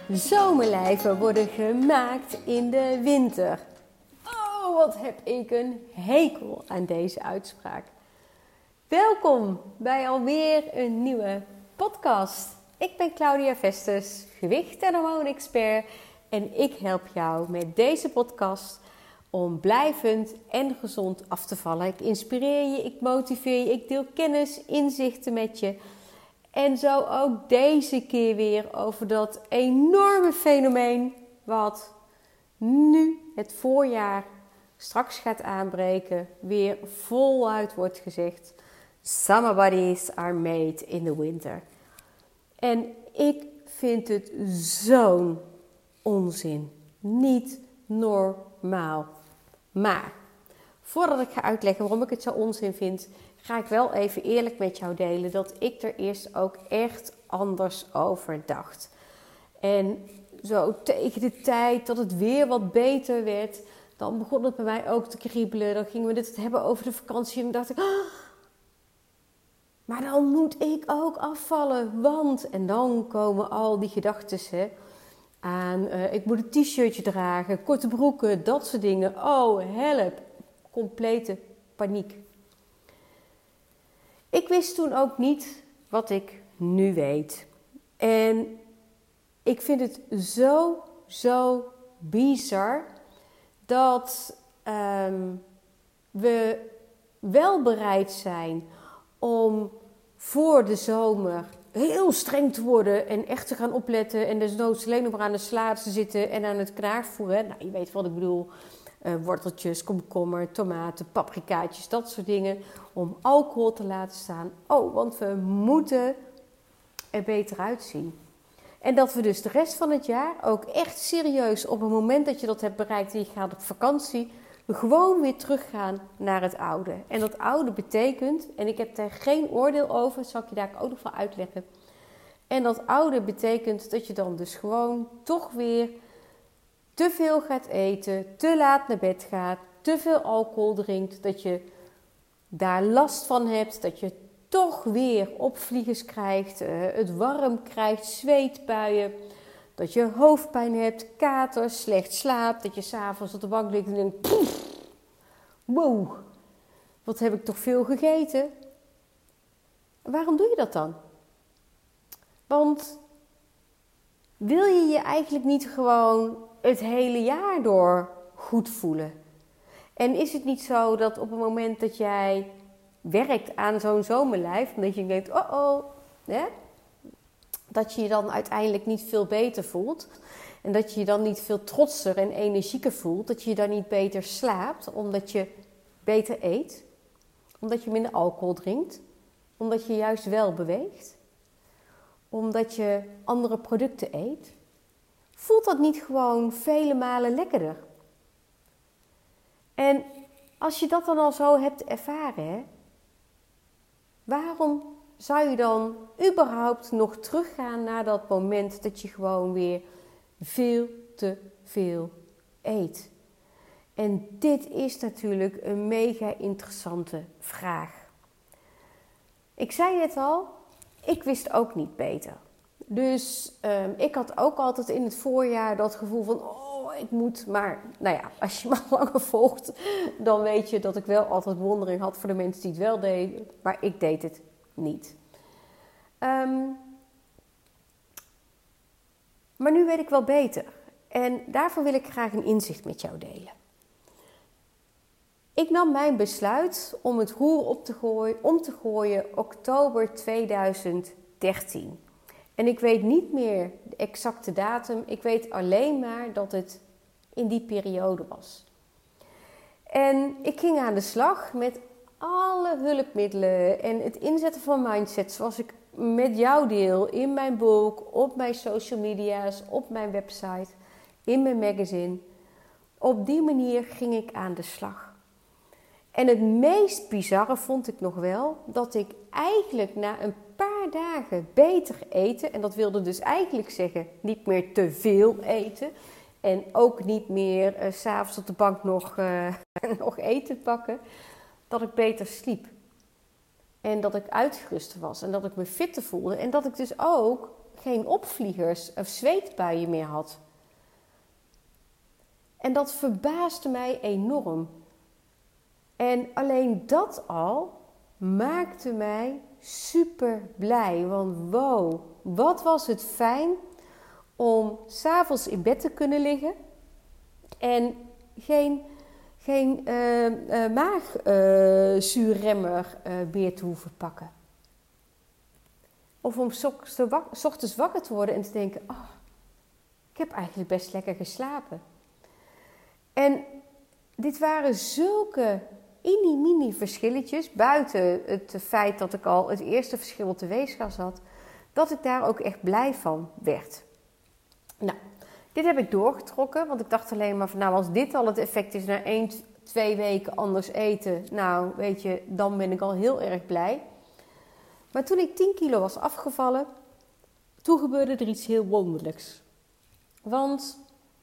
Zomerlijven worden gemaakt in de winter. Oh, wat heb ik een hekel aan deze uitspraak. Welkom bij alweer een nieuwe podcast. Ik ben Claudia Vestes, gewicht- en hormoonexpert. En ik help jou met deze podcast om blijvend en gezond af te vallen. Ik inspireer je, ik motiveer je, ik deel kennis, inzichten met je. En zo ook deze keer weer over dat enorme fenomeen wat nu het voorjaar straks gaat aanbreken, weer voluit wordt gezegd. Summer bodies are made in the winter. En ik vind het zo'n onzin. Niet normaal. Maar voordat ik ga uitleggen waarom ik het zo onzin vind, ga ik wel even eerlijk met jou delen dat ik er eerst ook echt anders over dacht. En zo tegen de tijd dat het weer wat beter werd, dan begon het bij mij ook te kriebelen. Dan gingen we dit hebben over de vakantie en dan dacht ik, maar dan moet ik ook afvallen, want... En dan komen al die gedachten aan, ik moet een t-shirtje dragen, korte broeken, dat soort dingen. Oh, help, complete paniek. Ik wist toen ook niet wat ik nu weet. En ik vind het zo bizar dat we wel bereid zijn om voor de zomer heel streng te worden en echt te gaan opletten en desnoods alleen nog maar aan de sla te zitten en aan het knaagvoeren. Nou, je weet wat ik bedoel. Worteltjes, komkommer, tomaten, paprikaatjes, dat soort dingen. Om alcohol te laten staan. Oh, want we moeten er beter uitzien. En dat we dus de rest van het jaar ook echt serieus op het moment dat je dat hebt bereikt en je gaat op vakantie, gewoon weer teruggaan naar het oude. En dat oude betekent, en ik heb daar geen oordeel over, dat zal ik je daar ook nog wel uitleggen. En dat oude betekent dat je dan dus gewoon toch weer te veel gaat eten, te laat naar bed gaat, te veel alcohol drinkt, dat je daar last van hebt, dat je toch weer opvliegers krijgt, het warm krijgt, zweetbuien, dat je hoofdpijn hebt, katers, slecht slaapt, dat je 's avonds op de bank ligt en denkt, wow, wat heb ik toch veel gegeten? Waarom doe je dat dan? Want wil je je eigenlijk niet gewoon het hele jaar door goed voelen? En is het niet zo dat op het moment dat jij werkt aan zo'n zomerlijf, omdat je denkt, dat je je dan uiteindelijk niet veel beter voelt en dat je je dan niet veel trotser en energieker voelt, dat je je dan niet beter slaapt omdat je beter eet, omdat je minder alcohol drinkt, omdat je juist wel beweegt, omdat je andere producten eet? Voelt dat niet gewoon vele malen lekkerder? En als je dat dan al zo hebt ervaren, waarom zou je dan überhaupt nog teruggaan naar dat moment dat je gewoon weer veel te veel eet? En dit is natuurlijk een mega interessante vraag. Ik zei net al, ik wist ook niet beter. Dus ik had ook altijd in het voorjaar dat gevoel van, ik moet. Maar nou ja, als je me al langer volgt, dan weet je dat ik wel altijd bewondering had voor de mensen die het wel deden. Maar ik deed het niet. Maar nu weet ik wel beter. En daarvoor wil ik graag een inzicht met jou delen. Ik nam mijn besluit om het roer om te gooien oktober 2013. En ik weet niet meer de exacte datum. Ik weet alleen maar dat het in die periode was. En ik ging aan de slag met alle hulpmiddelen en het inzetten van mindset zoals ik met jou deel in mijn boek, op mijn social media's, op mijn website, in mijn magazine. Op die manier ging ik aan de slag. En het meest bizarre vond ik nog wel dat ik eigenlijk na een paar dagen beter eten, en dat wilde dus eigenlijk zeggen niet meer te veel eten en ook niet meer 's avonds op de bank nog eten pakken, dat ik beter sliep. En dat ik uitgerust was en dat ik me fitter voelde en dat ik dus ook geen opvliegers of zweetbuien meer had. En dat verbaasde mij enorm. En alleen dat al maakte mij super blij. Want wow, wat was het fijn om 's avonds in bed te kunnen liggen en geen maagzuurremmer meer te hoeven pakken. Of om 's ochtends wakker te worden en te denken, oh, ik heb eigenlijk best lekker geslapen. En dit waren zulke mini verschilletjes, buiten het feit dat ik al het eerste verschil op de weegschaal had, dat ik daar ook echt blij van werd. Nou, dit heb ik doorgetrokken, want ik dacht alleen maar van, nou, als dit al het effect is na 1-2 weken anders eten, nou, weet je, dan ben ik al heel erg blij. Maar toen ik 10 kilo was afgevallen, toen gebeurde er iets heel wonderlijks. Want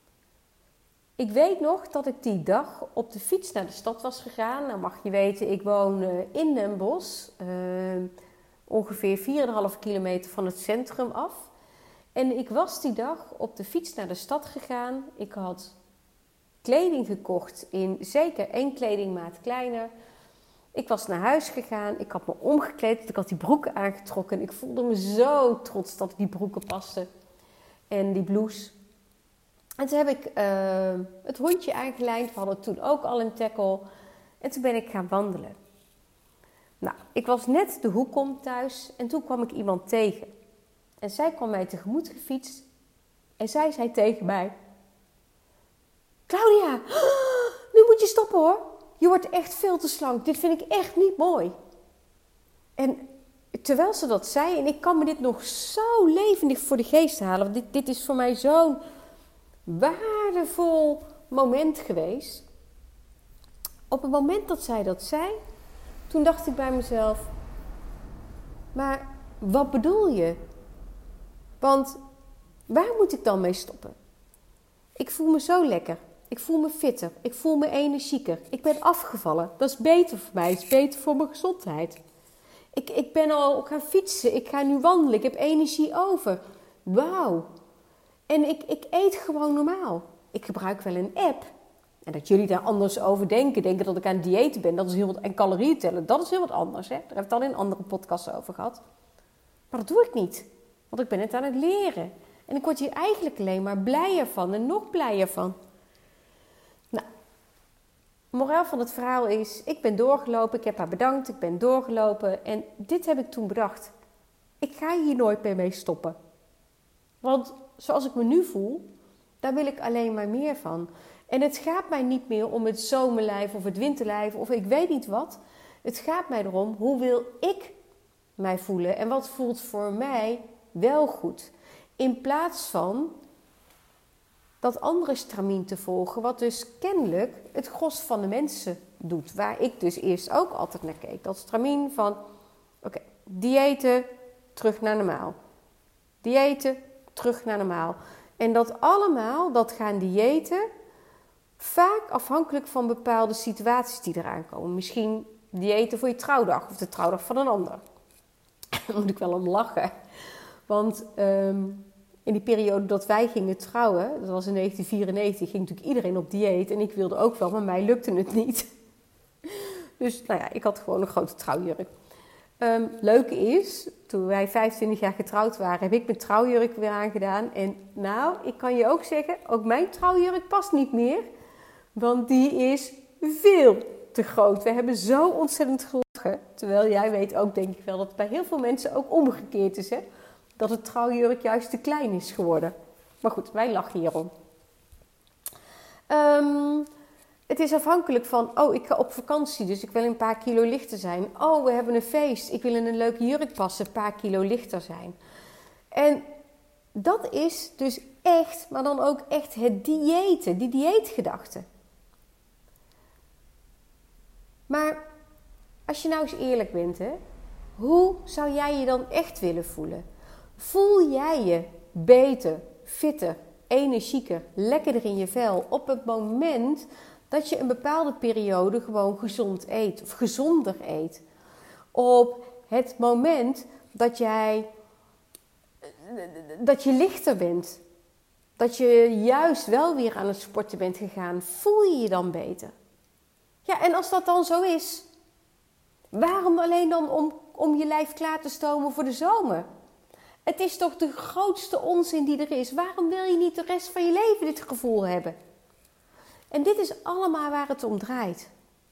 ik weet nog dat ik die dag op de fiets naar de stad was gegaan. Nou mag je weten, ik woon in Den Bosch, ongeveer 4,5 kilometer van het centrum af. En ik was die dag op de fiets naar de stad gegaan. Ik had kleding gekocht in zeker 1 kledingmaat kleiner. Ik was naar huis gegaan, ik had me omgekleed, ik had die broeken aangetrokken. Ik voelde me zo trots dat ik die broeken paste en die blouse. En toen heb ik het hondje aangelijnd. We hadden toen ook al een tackle. En toen ben ik gaan wandelen. Nou, ik was net de hoek om thuis en toen kwam ik iemand tegen. En zij kwam mij tegemoet gefietst. En zij zei tegen mij: Claudia, nu moet je stoppen hoor. Je wordt echt veel te slank. Dit vind ik echt niet mooi. En terwijl ze dat zei, en ik kan me dit nog zo levendig voor de geest halen. Want dit is voor mij zo'n waardevol moment geweest. Op het moment dat zij dat zei, toen dacht ik bij mezelf: maar wat bedoel je? Want waar moet ik dan mee stoppen? Ik voel me zo lekker. Ik voel me fitter. Ik voel me energieker. Ik ben afgevallen. Dat is beter voor mij. Het is beter voor mijn gezondheid. Ik ben al gaan fietsen. Ik ga nu wandelen. Ik heb energie over. Wauw. En ik eet gewoon normaal. Ik gebruik wel een app. En dat jullie daar anders over denken dat ik aan het diëten ben, dat is heel wat, en calorieën tellen, dat is heel wat anders. Hè? Daar heb ik het al in een andere podcast over gehad. Maar dat doe ik niet. Want ik ben het aan het leren. En ik word hier eigenlijk alleen maar blijer van en nog blijer van. Nou, moraal van het verhaal is, ik ben doorgelopen, ik heb haar bedankt, ik ben doorgelopen. En dit heb ik toen bedacht. Ik ga hier nooit meer mee stoppen. Want zoals ik me nu voel, daar wil ik alleen maar meer van. En het gaat mij niet meer om het zomerlijf of het winterlijf of ik weet niet wat. Het gaat mij erom, hoe wil ik mij voelen en wat voelt voor mij wel goed. In plaats van dat andere stramien te volgen, wat dus kennelijk het gros van de mensen doet. Waar ik dus eerst ook altijd naar keek. Dat stramien van, oké, diëten, terug naar normaal. Diëten, terug naar normaal. En dat allemaal, dat gaan diëten, vaak afhankelijk van bepaalde situaties die eraan komen. Misschien diëten voor je trouwdag of de trouwdag van een ander. Daar moet ik wel om lachen. Want in die periode dat wij gingen trouwen, dat was in 1994, ging natuurlijk iedereen op dieet. En ik wilde ook wel, maar mij lukte het niet. Dus nou ja, ik had gewoon een grote trouwjurk. Leuke is, toen wij 25 jaar getrouwd waren, heb ik mijn trouwjurk weer aangedaan. En nou, ik kan je ook zeggen, ook mijn trouwjurk past niet meer. Want die is veel te groot. We hebben zo ontzettend gelachen. Terwijl jij weet ook, denk ik wel, dat het bij heel veel mensen ook omgekeerd is. Hè? Dat het trouwjurk juist te klein is geworden. Maar goed, wij lachen hierom. Het is afhankelijk van, oh, ik ga op vakantie, dus ik wil een paar kilo lichter zijn. Oh, we hebben een feest, ik wil in een leuke jurk passen, een paar kilo lichter zijn. En dat is dus echt, maar dan ook echt het diëten, die dieetgedachte. Maar als je nou eens eerlijk bent, hè, hoe zou jij je dan echt willen voelen? Voel jij je beter, fitter, energieker, lekkerder in je vel op het moment dat je een bepaalde periode gewoon gezond eet of gezonder eet? Op het moment dat jij dat je lichter bent. Dat je juist wel weer aan het sporten bent gegaan. Voel je je dan beter? Ja, en als dat dan zo is, waarom alleen dan om je lijf klaar te stomen voor de zomer? Het is toch de grootste onzin die er is. Waarom wil je niet de rest van je leven dit gevoel hebben? En dit is allemaal waar het om draait.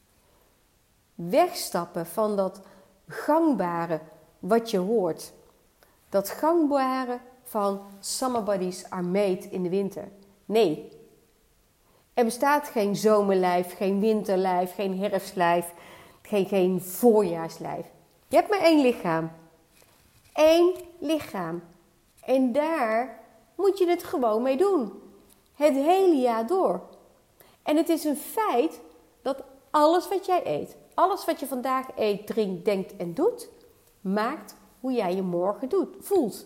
Wegstappen van dat gangbare wat je hoort. Dat gangbare van summer bodies are made in de winter. Nee. Er bestaat geen zomerlijf, geen winterlijf, geen herfstlijf, geen voorjaarslijf. Je hebt maar één lichaam. Eén lichaam. En daar moet je het gewoon mee doen. Het hele jaar door. En het is een feit dat alles wat jij eet, alles wat je vandaag eet, drinkt, denkt en doet, maakt hoe jij je morgen voelt.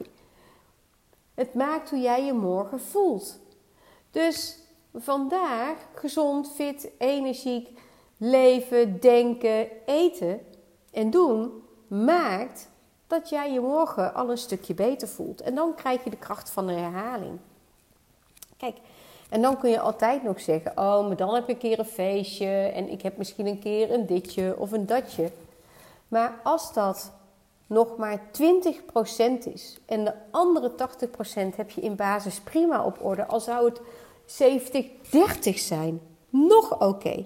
Het maakt hoe jij je morgen voelt. Dus vandaar gezond, fit, energiek leven, denken, eten en doen maakt dat jij je morgen al een stukje beter voelt. En dan krijg je de kracht van de herhaling. Kijk, en dan kun je altijd nog zeggen, oh, maar dan heb ik een keer een feestje en ik heb misschien een keer een ditje of een datje. Maar als dat nog maar 20% is en de andere 80% heb je in basis prima op orde, al zou het 70-30 zijn, nog oké.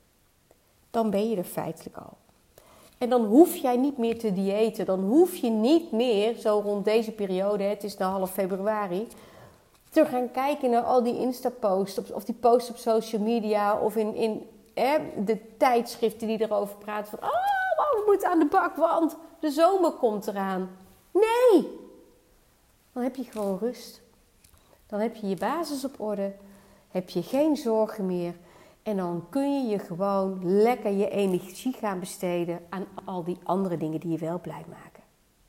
Dan ben je er feitelijk al. En dan hoef jij niet meer te diëten. Dan hoef je niet meer, zo rond deze periode, het is nou half februari, te gaan kijken naar al die Insta-posts of die posts op social media of in de tijdschriften die erover praten van, oh, we moeten aan de bak, want de zomer komt eraan. Nee! Dan heb je gewoon rust. Dan heb je je basis op orde. Heb je geen zorgen meer. En dan kun je gewoon lekker je energie gaan besteden aan al die andere dingen die je wel blij maken.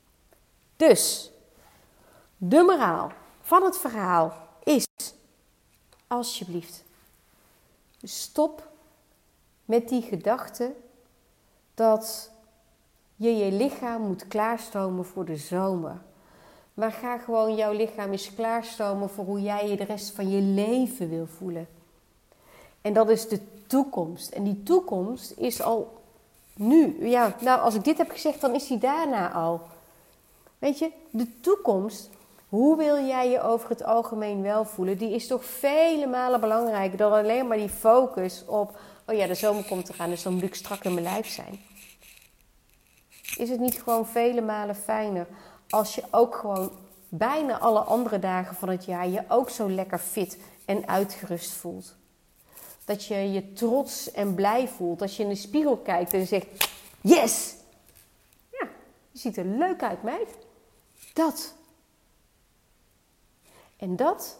Dus, de moraal van het verhaal is, alsjeblieft, stop met die gedachte dat je je lichaam moet klaarstomen voor de zomer. Maar ga gewoon jouw lichaam eens klaarstomen voor hoe jij je de rest van je leven wil voelen. En dat is de toekomst. En die toekomst is al nu. Ja, nou, als ik dit heb gezegd, dan is die daarna al. Weet je, de toekomst, hoe wil jij je over het algemeen wel voelen? Die is toch vele malen belangrijker dan alleen maar die focus op, oh ja, de zomer komt eraan, dus dan moet ik strak in mijn lijf zijn. Is het niet gewoon vele malen fijner als je ook gewoon bijna alle andere dagen van het jaar je ook zo lekker fit en uitgerust voelt? Dat je je trots en blij voelt. Als je in de spiegel kijkt en zegt, yes! Ja, je ziet er leuk uit, meid. Dat. En dat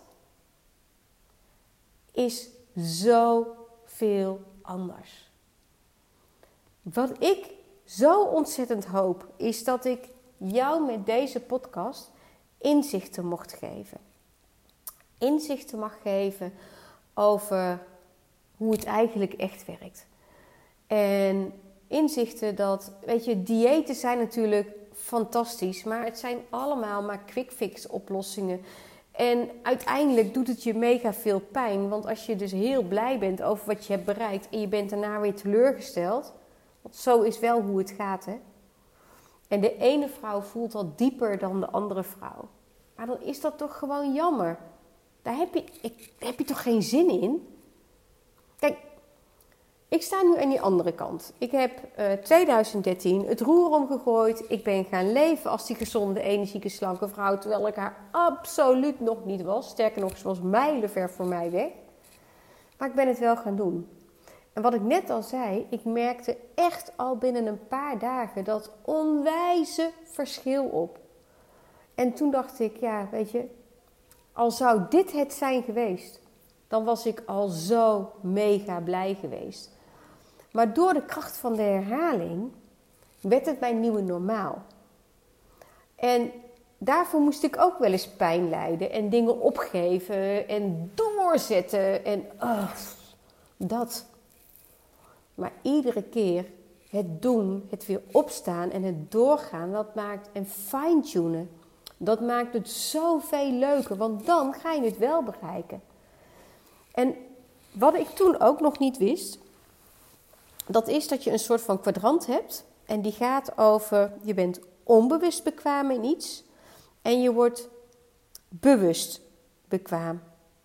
is zoveel anders. Wat ik zo ontzettend hoop, is dat ik jou met deze podcast inzichten mocht geven. Inzichten mag geven over hoe het eigenlijk echt werkt. En inzichten dat, weet je, diëten zijn natuurlijk fantastisch, maar het zijn allemaal maar quick fix oplossingen. En uiteindelijk doet het je mega veel pijn, want als je dus heel blij bent over wat je hebt bereikt en je bent daarna weer teleurgesteld, want zo is wel hoe het gaat, hè. En de ene vrouw voelt al dieper dan de andere vrouw. Maar dan is dat toch gewoon jammer. Daar heb je toch geen zin in? Kijk, ik sta nu aan die andere kant. Ik heb 2013 het roer omgegooid. Ik ben gaan leven als die gezonde, energieke, slanke vrouw, terwijl ik haar absoluut nog niet was. Sterker nog, ze was mijlenver voor mij weg. Maar ik ben het wel gaan doen. En wat ik net al zei, ik merkte echt al binnen een paar dagen dat onwijze verschil op. En toen dacht ik, ja, weet je, al zou dit het zijn geweest, dan was ik al zo mega blij geweest. Maar door de kracht van de herhaling werd het mijn nieuwe normaal. En daarvoor moest ik ook wel eens pijn lijden en dingen opgeven en doorzetten en dat. Maar iedere keer het doen, het weer opstaan en het doorgaan, dat maakt en fine-tunen, Dat maakt het zoveel leuker, want dan ga je het wel bereiken. En wat ik toen ook nog niet wist, dat is dat je een soort van kwadrant hebt. En die gaat over, je bent onbewust bekwaam in iets en je wordt bewust bekwaam.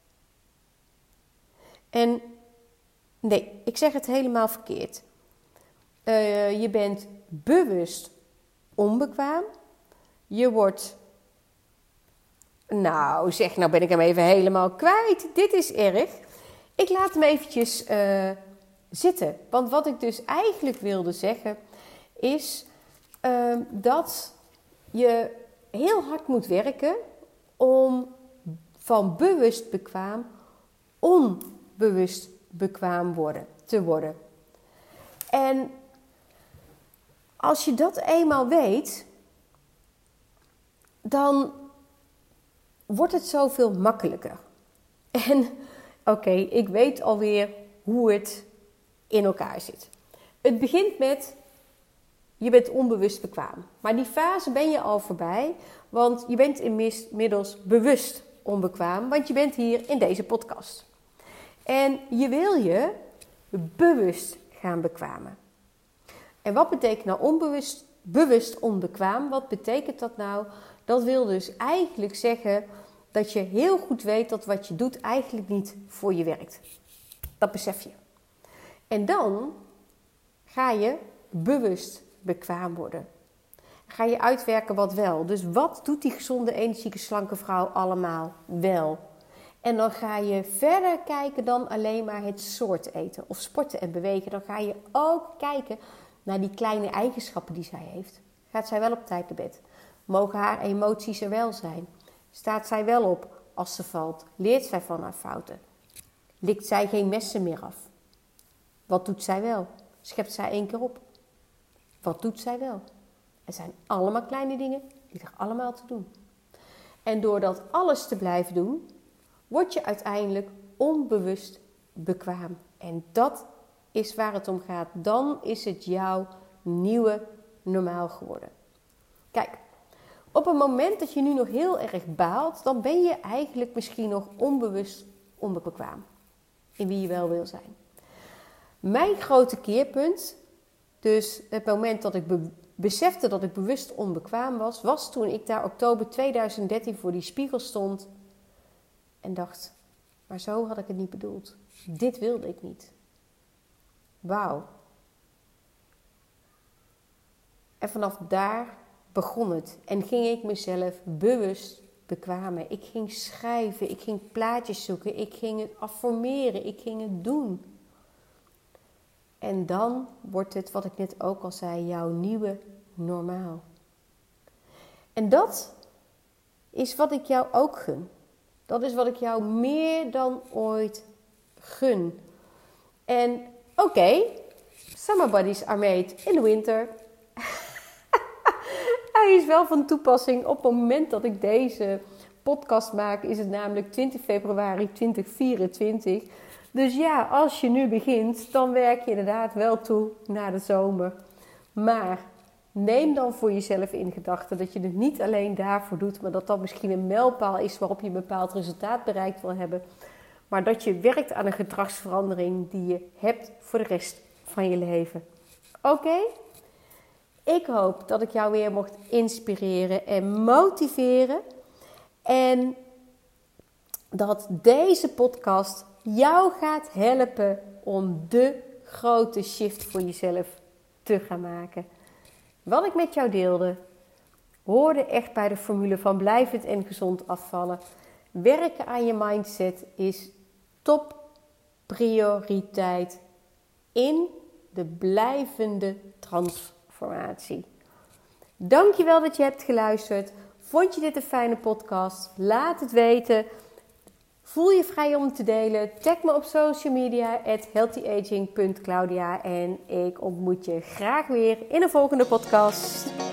En nee, ik zeg het helemaal verkeerd. Je bent bewust onbekwaam. Je wordt... Nou ben ik hem even helemaal kwijt. Dit is erg. Ik laat hem eventjes zitten. Want wat ik dus eigenlijk wilde zeggen is dat je heel hard moet werken om van bewust bekwaam onbewust bekwaam te worden. En als je dat eenmaal weet, dan wordt het zoveel makkelijker. En oké, ik weet alweer hoe het in elkaar zit. Het begint met, je bent onbewust bekwaam. Maar die fase ben je al voorbij, want je bent inmiddels bewust onbekwaam, want je bent hier in deze podcast. En je wil je bewust gaan bekwamen. En wat betekent nou bewust onbekwaam? Wat betekent dat nou? Dat wil dus eigenlijk zeggen dat je heel goed weet dat wat je doet eigenlijk niet voor je werkt. Dat besef je. En dan ga je bewust bekwaam worden. Ga je uitwerken wat wel. Dus wat doet die gezonde, energieke, slanke vrouw allemaal wel? En dan ga je verder kijken dan alleen maar het soort eten of sporten en bewegen. Dan ga je ook kijken naar die kleine eigenschappen die zij heeft. Gaat zij wel op tijd naar bed? Mogen haar emoties er wel zijn? Staat zij wel op als ze valt? Leert zij van haar fouten? Likt zij geen messen meer af? Wat doet zij wel? Schept zij 1 keer op? Wat doet zij wel? Het zijn allemaal kleine dingen die er allemaal te doen. En door dat alles te blijven doen, word je uiteindelijk onbewust bekwaam. En dat is waar het om gaat. Dan is het jouw nieuwe normaal geworden. Kijk, op het moment dat je nu nog heel erg baalt, dan ben je eigenlijk misschien nog onbewust onbekwaam in wie je wel wil zijn. Mijn grote keerpunt, dus het moment dat ik besefte dat ik bewust onbekwaam was toen ik daar oktober 2013 voor die spiegel stond en dacht, maar zo had ik het niet bedoeld. Dit wilde ik niet. Wauw. En vanaf daar begon het en ging ik mezelf bewust bekwamen. Ik ging schrijven, ik ging plaatjes zoeken, ik ging het affirmeren, ik ging het doen. En dan wordt het, wat ik net ook al zei, jouw nieuwe normaal. En dat is wat ik jou ook gun. Dat is wat ik jou meer dan ooit gun. En oké, summer bodies are made in the winter. Hij is wel van toepassing op het moment dat ik deze podcast maak. Is het namelijk 20 februari 2024. Dus ja, als je nu begint, dan werk je inderdaad wel toe naar de zomer. Maar neem dan voor jezelf in gedachten dat je het niet alleen daarvoor doet, maar dat dat misschien een mijlpaal is waarop je een bepaald resultaat bereikt wil hebben. Maar dat je werkt aan een gedragsverandering die je hebt voor de rest van je leven. Oké? Ik hoop dat ik jou weer mocht inspireren en motiveren. En dat deze podcast jou gaat helpen om de grote shift voor jezelf te gaan maken. Wat ik met jou deelde, hoorde echt bij de formule van blijvend en gezond afvallen. Werken aan je mindset is top prioriteit in de blijvende transformatie. Dankjewel dat je hebt geluisterd. Vond je dit een fijne podcast? Laat het weten. Voel je vrij om te delen. Tag me op social media @healthyaging.claudia. En ik ontmoet je graag weer in een volgende podcast.